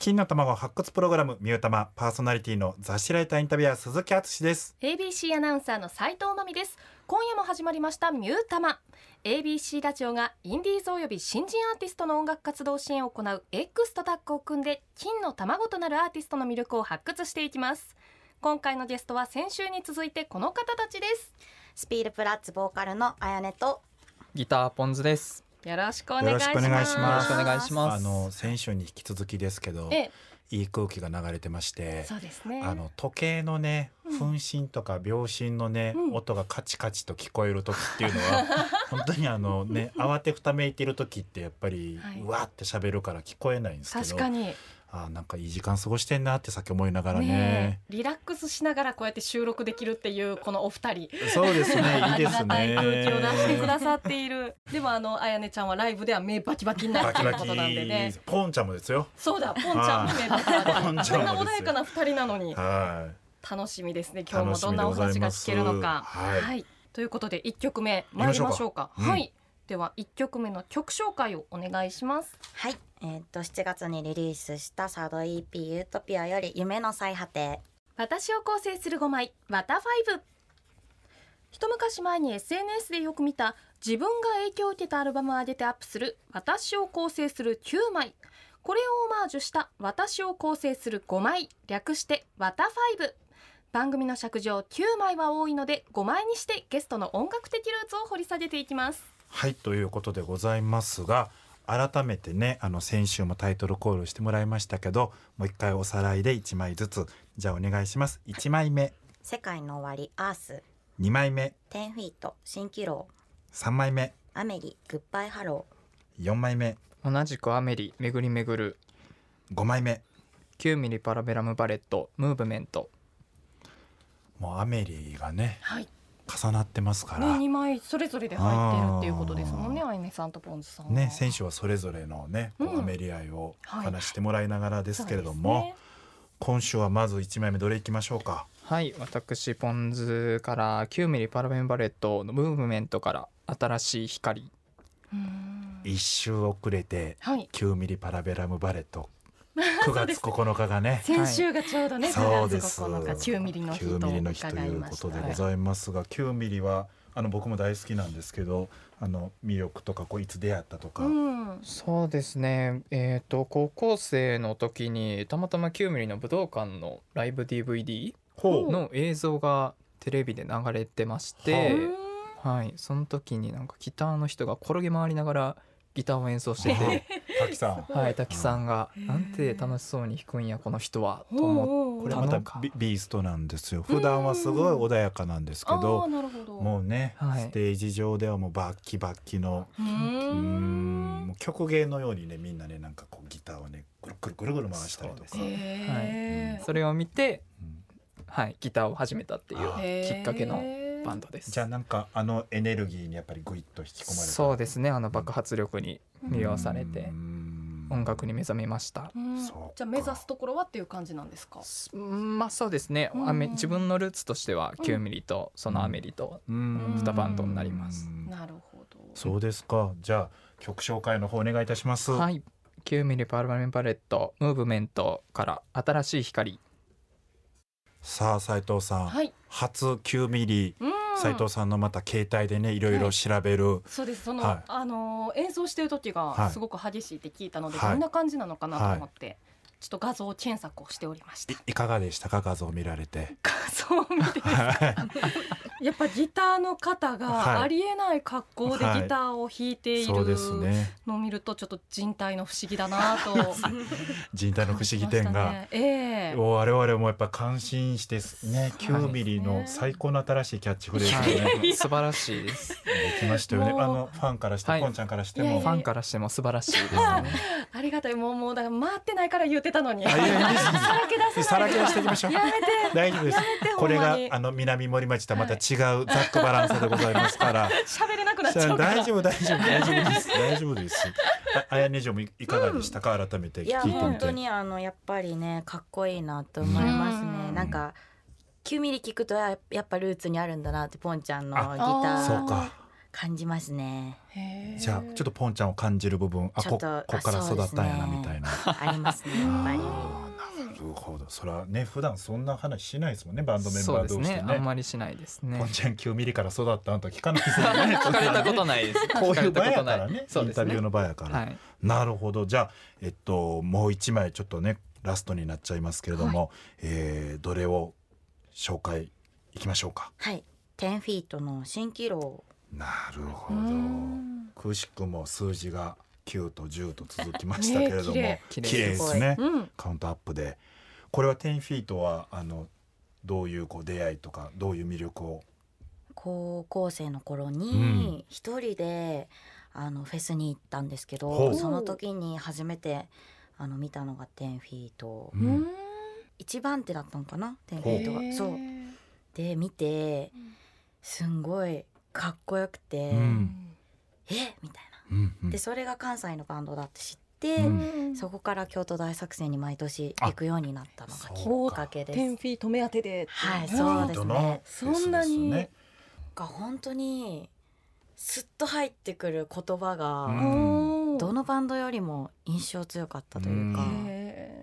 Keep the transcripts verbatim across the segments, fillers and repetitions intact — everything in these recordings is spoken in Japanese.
金の卵発掘プログラムミュータマ、パーソナリティの雑誌ライターインタビュアー鈴木敦です。 エービーシー アナウンサーの斉藤真美です。今夜も始まりましたミュータマ。 エービーシー ラジオがインディーズおよび新人アーティストの音楽活動支援を行う X とタッグを組んで金の卵となるアーティストの魅力を発掘していきます。今回のゲストは先週に続いてこの方たちです。 スピールプラッツボーカルのあやねとギターポンズです。 よろしくお願いします。 よろしくお願いします。 よろしくお願いします。 あの先週に引き続きですけど、 ええ、 いい空気が流れてまして、 そうですね、 あの時計のね分針とか秒針のね、うん、音がカチカチと聞こえる時っていうのは本当にあのね慌てふためいている時ってやっぱり、はい、うわって喋るから聞こえないんですけど、 確かにあなんかいい時間過ごしてんなってさっき思いながら ね, ねリラックスしながらこうやって収録できるっていうこのお二人、 そうですね、いいですね、 空気を出してくださっている。でもあのあやねちゃんはライブでは目バキバキになるということなんでね。 ポンちゃんもですよ。 そうだ、ポンちゃんも目バキバキこんな穏やかな二人なのに、 はい、 楽しみですね。今日もどんなお話が聞けるのか。 はい、 はい、ということでいっきょくめ参りましょうか。 うん、 はい、ではいっきょくめの曲紹介をお願いします。 はい、えー、っとしちがつにリリースしたサード イーピー ユートピアより夢の最果て。 私を構成するごまいワタファイブ。一昔前に エスエヌエス でよく見た自分が影響を受けたアルバムを上げてアップする私を構成するきゅうまい、これをオマージュした私を構成するごまい、略してワタファイブ。番組の尺上きゅうまいは多いのでごまいにしてゲストの音楽的ルーツを掘り下げていきます。 はい、ということでございますが、改めてね、あの先週もタイトルコールしてもらいましたけど、もう一回おさらいでいちまいずつ、じゃあお願いします。いちまいめ世界の終わりアース、 にまいめテンフィート蜃気楼、 さんまいめアメリグッバイハロー、よんまいめ同じくアメリ巡り巡る、 ごまいめきゅうミリパラベラムバレットムーブメント。 もうアメリがね、 はい、 重なってますから、 ね、にまいそれぞれで入ってるっていうことですもんね。あいねさんとポンズさんはね、選手はそれぞれのね、こうアメリ愛を話してもらいながらですけれども、はい、ね、今週はまずいちまいめどれいきましょうか。 はい、私ポンズからきゅうミリパラベラムバレットのムーブメントから新しい光。 うーん、 一周遅れて、 はい、 きゅうミリパラベラムバレットくがつここのかがね先週がちょうどね、 そうです、 くがつここのかきゅうミリの日と伺いました。 きゅうミリの日ということでございますが、はい、きゅうミリはあの僕も大好きなんですけど、あの魅力とかこういつ出会ったとか。 うん、そうですね、えーと高校生の時にたまたまきゅうミリの武道館のライブ ディーブイディー の映像がテレビで流れてまして、はい、その時になんかギターの人が転げ回りながらギターを演奏してて滝さん、 はい、滝さんがなんて楽しそうに弾くんやこの人はと思って、これまた ビ, ビーストなんですよ。普段はすごい穏やかなんですけど、どもうね、はい、ステージ上ではもうバッキバッキのうーんもう曲芸のようにね、みんなねなんかこうギターをねぐるぐるぐるぐる回したりとか、 そ,、はい、それを見て、うんはい、ギターを始めたっていうきっかけのバンドです。 じゃあなんかあのエネルギーにやっぱりグイッと引き込まれた。 そうですね、あの爆発力に魅了されて音楽に目覚めました。 じゃあ目指すところはっていう感じなんですか。 まあそうですね、アメ自分のルーツとしてはきゅうミリとそのアメリとにバンドになります。 なるほど、 そうですか。じゃあ曲紹介の方お願いいたします。 はい、きゅうミリパラベラムバレットムーブメントから新しい光。 さあ斉藤さん、はい、初きゅうミリ、斉藤さんのまた携帯でねいろいろ調べる、はい、 そうです。その、はい、あの演奏してる時がすごく激しいって聞いたので、はい、どんな感じなのかなと思って、はい、ちょっと画像検索をしておりました。 い, いかがでしたか、画像を見られて。 画像を見てやっぱギターの方がありえない格好でギターを弾いているのを見るとちょっと人体の不思議だなと人体の不思議点が、ねえー、我々もやっぱ感心してね、きゅうミリの最高の新しいキャッチフレーズでね、 はい、素晴らしいですできましたよね。あのファンからして、はい、ポンちゃんからしても、いやいやいやファンからしても素晴らしいですねありがたい。もうもうだから回ってないから言ってたのにさらけ出さらけ出していきましょう。やめて大丈夫です。これがあの南森町とはまた違うザックバランサでございますから喋れなくなっちゃうから。 大丈夫大丈夫大丈夫です大丈夫です。あやね嬢もいかがでしたか、うん、改めて聞いてみて。 いや本当にあのやっぱりねかっこいいなと思いますね。なんかきゅうミリ聞くとやっぱルーツにあるんだなって、ポンちゃんのギターそうか感じますね。 じゃあちょっとポンちゃんを感じる部分、あこここから育ったんやなみたいな、 ありますねやっぱり。 なるほど。それはね普段そんな話しないですもんね、バンドメンバー同士でね。 そうですね、あんまりしないですね。 ポンちゃんきゅうミリから育ったんと聞かないですよね。 聞かれたことないです。 こういう場やからね、 イインタビューの場やから、はい、なるほど。じゃあえっともう一枚ちょっとねラストになっちゃいますけれども、はい、えー、どれを紹介いきましょうか。 はい、じゅうフィートの蜃気楼。 なるほど。くしくも数字がきゅうとじゅうと続きましたけれども、ね、綺麗ですね、うん、カウントアップで。これはじゅうフィートはあのどういうこう出会いとかどういう魅力を。 高校生の頃に一人で、うん、あのフェスに行ったんですけど、その時に初めてあの見たのがじゅうフィート、うん、一番手だったのかな、じゅうフィートが。そうで見てすんごいかっこよくて、うん、えみたいな、うんうん、でそれが関西のバンドだって知って、うん、そこから京都大作戦に毎年行くようになったのがきっかけです。 じゅうフィート目当てで。 はい、そうですね。 そんなにが本当にスッと入ってくる言葉が、うん、どのバンドよりも印象強かったというか、うん、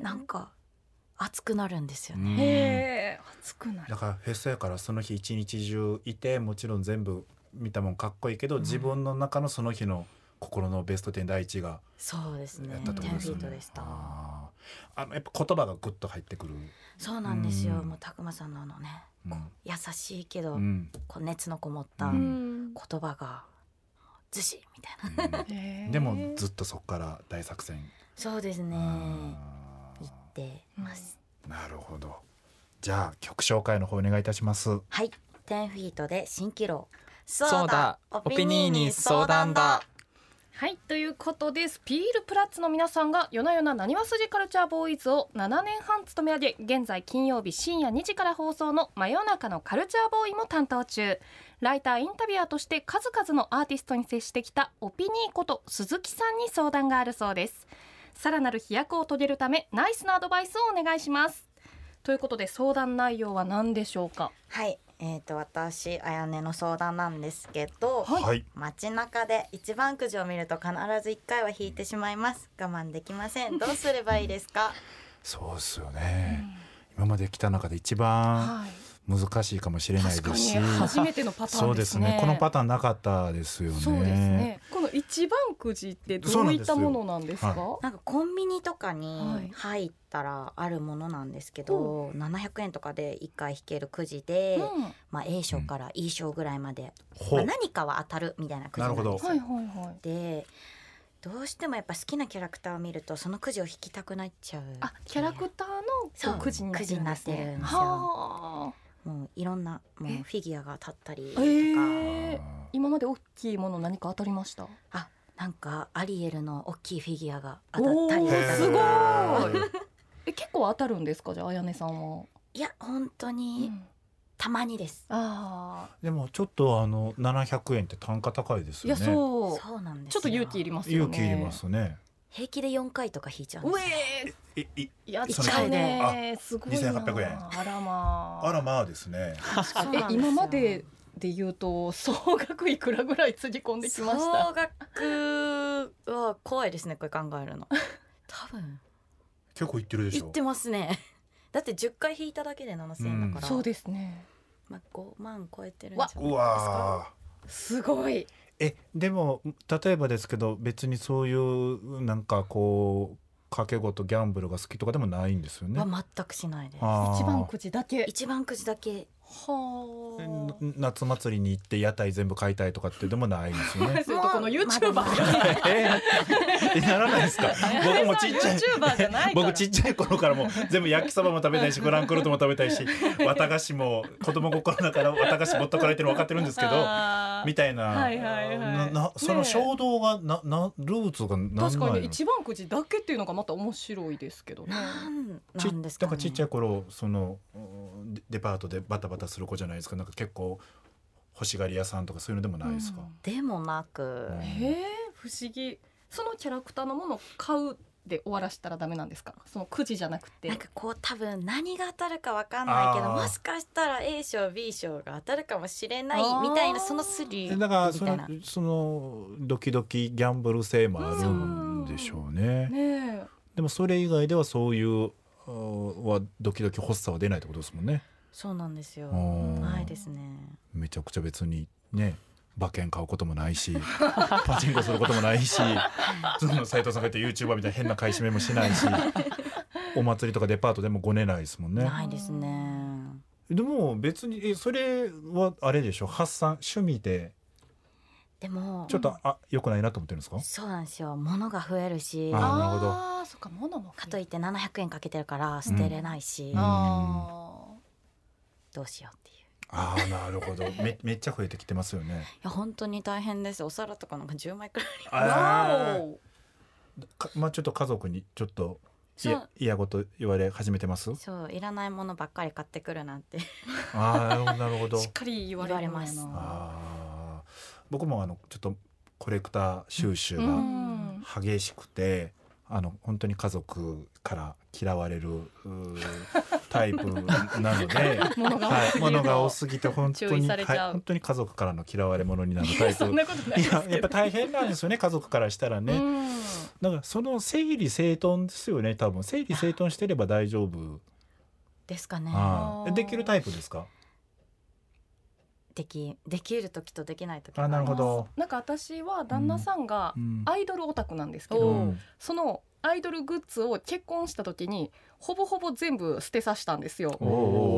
なんか熱くなるんですよね。 へー、熱くなる。 だからフェスやからその日一日中いて、もちろん全部見たもんかっこいいけど、うん、自分の中のその日の心のベストじゅう第一がそうですね、 やったってことですよね。 じゅうフィートでした。 ああのやっぱ言葉がグッと入ってくる。 そうなんですよ、うん、もうたくまさんのあのね、うん、優しいけど、うん、こう熱のこもった言葉がずしみたいな、 うん、でもずっとそこから大作戦。 そうですね、言ってます、 うん、なるほど。じゃあ曲紹介の方お願いいたします。 はい、じゅうフィートで蜃気楼。 そうだ、オピニーに相談だ。 はい、ということでスピールプラッツの皆さんが夜な夜ななにわ筋カルチャーボーイズをななねんはん務め上げ、現在金曜日深夜にじから放送の真夜中のカルチャーボーイも担当中。ライターインタビュアーとして数々のアーティストに接してきたオピニーこと鈴木さんに相談があるそうです。さらなる飛躍を遂げるためナイスなアドバイスをお願いします。ということで相談内容は何でしょうか。 はい、えー、と私あやねの相談なんですけど、 はい、 街中で一番くじを見ると必ずいっかいは引いてしまいます。我慢できません。どうすればいいですか。 そうですよね、うん、今まで来た中で一番難しいかもしれないですし、 初めてのパターンですね。 そうですね、このパターンなかったですよね。 そうですね。この一番くじってどういったものなんですか。 なんなんかコンビニとかに入ったらあるものなんですけど、はい、ななひゃくえんとかでいっかい引けるくじで、うん、まあ、A 賞から E 賞ぐらいまで、うん、まあ、何かは当たるみたいなくじなんですよ。 はいはいはい、 でどうしてもやっぱ好きなキャラクターを見るとそのくじを引きたくなっちゃう。 あ、キャラクターのくじになってるんですね。 るんですよ。もういろんなもうフィギュアが当たったりとか、えー、今まで大きいもの何か当たりました。 あ、なんかアリエルの大きいフィギュアが当たったりとか。 すごいえ、結構当たるんですか。じゃああやねさんは。 いや本当に、うん、たまにです。 あ、 でもちょっとあのななひゃくえんって単価高いですよね。 いや、そう、 そうなんですよ。 ちょっと勇気いりますよね。 勇気いりますね。 平気でよんかいとか引いちゃうんですよ。 えー、 えいやっちゃうね。すごいな。 にせんはっぴゃくえん。 あらまあ。 あらまあですね。 え、今までで言うと総額いくらぐらいつぎ込んできました。 総額は怖いですね、これ考えるの。多分結構いってるでしょ。 いってますね。だってじゅっかい引いただけでななせんえんだから、 うん、そうですね、 まあ、ごまん超えてるんじゃないですか。 うわすごい。 え、でも例えばですけど別にそういうなんかこう賭け事ギャンブルが好きとかでもないんですよね。 は全くしないです。 一番くじだけ。 一番くじだけ。 はあ、夏祭りに行って屋台全部買いたいとかってでもないんですよね。 そういうとこの YouTuber えー、ならないですか。僕もちっちゃい YouTuber じゃないから。 僕ちっちゃい頃からもう全部焼きそばも食べたいしフランクフルトも食べたいし綿菓子も子供心だから綿菓子ぼったくられてるの分かってるんですけどみたいな、 はいはいはい、 ななその衝動がななルーツが何なの。 確かに一番くじだけっていうのがまた面白いですけどね。 なんですかね。 だからちっちゃい頃そのデパートでバタバタする子じゃないですか。なんか結構欲しがり屋さんとかそういうのでもないですか。 うん、でもなく、 へえ、不思議。そのキャラクターのものを買うで終わらせたらダメなんですか？そのくじじゃなくて、 なんかこう多分何が当たるか分かんないけど、もしかしたら A 賞 B 賞が当たるかもしれないみたいな、そのスリルみたいな。 だからその、そのドキドキギャンブル性もあるんでしょうね。ね、でもそれ以外ではそういうはドキドキ欲しさは出ないってことですもんね。 そうなんですよ。ないですね。 めちゃくちゃ別にね、馬券買うこともないしパチンコすることもないしその斉藤さんが言って YouTuber みたいな変な買い占めもしないしお祭りとかデパートでもごねないですもんね。 ないですね。 でも別にえそれはあれでしょ、発散趣味で。 でもちょっとあ良くないなと思ってるんですか？ そうなんですよ。物が増えるし、 あなるほど。 あそっか、物もかといってななひゃくえんかけてるから捨てれないし、うん、 あどうしようっていう。 ああなるほど。 め, めっちゃ増えてきてますよね。 いや本当に大変です。お皿とかなんかじゅうまいくらいある。 まあちょっと家族にちょっといやこと言われ始めてます。 そう、いらないものばっかり買ってくるなんてああなるほど。 しっかり言われます。 あ僕もあのちょっとコレクター収集が激しくて、あの本当に家族から嫌われるタイプなので物が、はい、物が多すぎて本当に、はい、本当に家族からの嫌われ者になるタイプ。 そんなことないですけど。 いややっぱ大変なんですよね家族からしたらね。だからその整理整頓ですよね。多分整理整頓してれば大丈夫ですかね。 あできるタイプですか？ できできる時とできない時があります。あ、なるほど。 なんか私は旦那さんがアイドルオタクなんですけど、うん、そのアイドルグッズを結婚した時にほぼほぼ全部捨てさせたんですよ。でも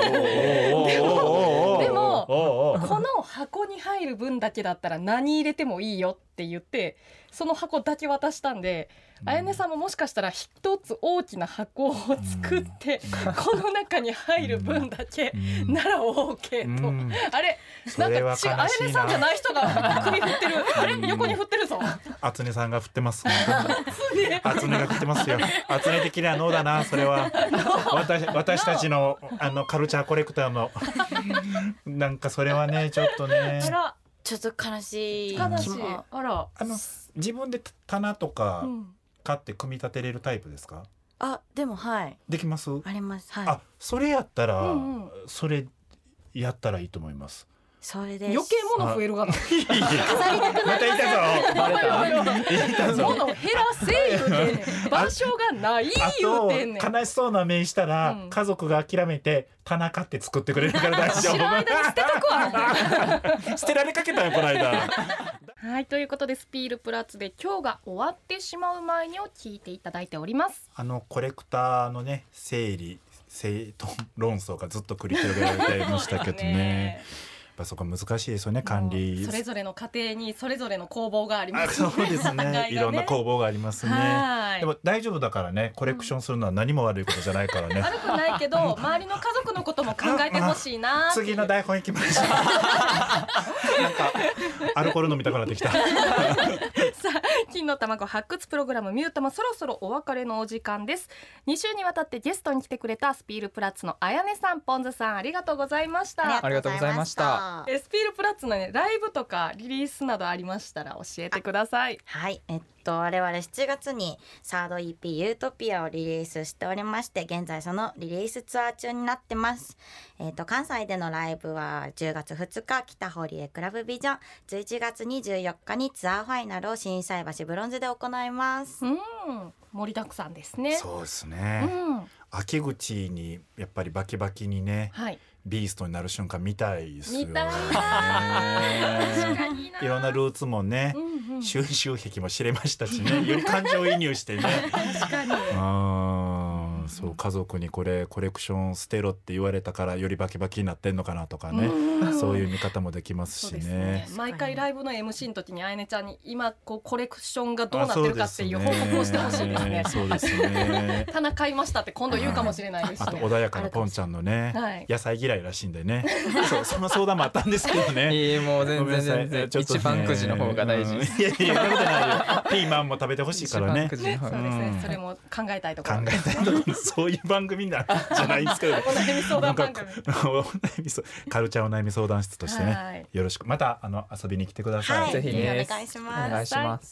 でもこの箱に入る分だけだったら何入れてもいいよって言ってその箱だけ渡したんで、あやねさんももしかしたら一つ大きな箱を作ってこの中に入る分だけなら OK と。あれなんか違う、あやねさんじゃない人が首振ってる。あれ横に振ってるぞ。 あつねさんが振ってます。あつねが振ってますよ。あつね的にはノーだなそれは。私, 私たちのあのカルチャーコレクターのなんかそれはねちょっとねちょっと悲しい。 悲しい。あらあの自分で棚とか買って組み立てれるタイプですか？うん、 あでもはいできます。 あります、はい、 あそれやったら、うんうん、それやったらいいと思います。 それで余計物増えるがな。 飾りたくなりました。 またいたぞ。 物減らせ言うてんねん。場所がない言うてんねん。 あと悲しそうな目したら、うん、家族が諦めて棚買って作ってくれるから大丈夫。 知らない間に捨てとくわ。 捨てられかけたよこの間。 はい、ということでスピールプラッツで今日が終わってしまう前にを聞いていただいております。 あのコレクターのね整理整頓論争がずっと繰り広げられていましたけどね。やっぱそこ難しいですよね管理。 それぞれの家庭にそれぞれの工房があります、 ね、そうですねねいろんな工房がありますね。でも大丈夫だからねコレクションするのは何も悪いことじゃないからね、うん、 悪くないけど周りの家族のことも考えてほしいな。 次の台本いきましょう。なんかアルコール飲みたくなってきた。さあ金の卵発掘プログラムミュートもそろそろお別れのお時間です。に週にわたってゲストに来てくれたスピールプラッツのあやねさんポンズさんありがとうございました。 ありがとうございました。 スピールプラッツの、ね、ライブとかリリースなどありましたら教えてください。 はいえっと我々しちがつにサード イーピー ユートピアをリリースしておりまして、現在そのリリースツアー中になってます。えっと関西でのライブはじゅうがつふつか北堀江クラブビジョン、じゅういちがつにじゅうよっかにツアーファイナルを心斎橋ブロンズで行います。 うん盛りだくさんですね。 そうですね、うん、秋口にやっぱりバキバキにね、はい、ビーストになる瞬間見たいですよね。 見たいな。 いろんなルーツもね、うんうん、収集癖も知れましたしね、より感情移入してね。 確かに。 あそう家族にこれコレクション捨てろって言われたからよりバキバキになってんのかなとかね、うそういう見方もできますし ね, ね毎回ライブの エムシー の時にあやねちゃんに今こうコレクションがどうなってるかっていう報告をしてほしいですね。 そうですね。 棚買いましたって今度言うかもしれないですし、ね、 あと穏やかなポンちゃんのね、はい、野菜嫌いらしいんでね。そうその相談もあったんですけどね。 いいもう全然全然ちょっと、ね、一番くじの方が大事です。 いやいやそんなことないよ。ピーマンも食べてほしいからね。 そうですね。それも考えたいところ。 考えたいところ。そういう番組なんじゃないですけど。お悩み相談番組。 お悩みカルチャーお悩み相談室としてね、よろしくまたあの遊びに来てください。 はい、ぜひねお願いします。 お願いします。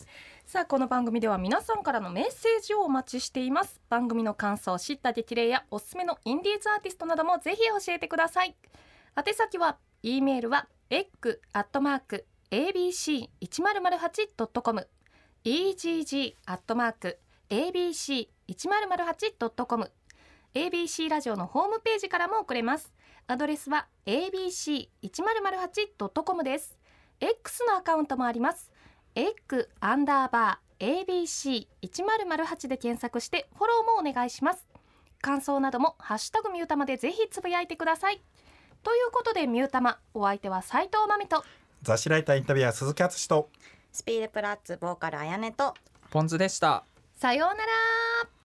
さあこの番組では皆さんからのメッセージをお待ちしています。番組の感想、知った激励やおすすめのインディーズアーティストなどもぜひ教えてください。宛先は E メールは エッグ アットマーク エービーシー いちまるまるはち ドットコム イージージー アットマーク エービーシー いちまるまるはち ドットコム エービーシー ラジオのホームページからも送れます。アドレスは エービーシー いちまるまるはち ドットコム です。 X のアカウントもあります。エッグアンダーバー エービーシーいちまるまるはち で検索してフォローもお願いします。感想などもハッシュタグミュータマでぜひつぶやいてください。ということでミュータマ、お相手は斉藤真美と雑誌ライターインタビュアー鈴木敦とスピードプラッツボーカルあやねとポンズでした。 さようなら。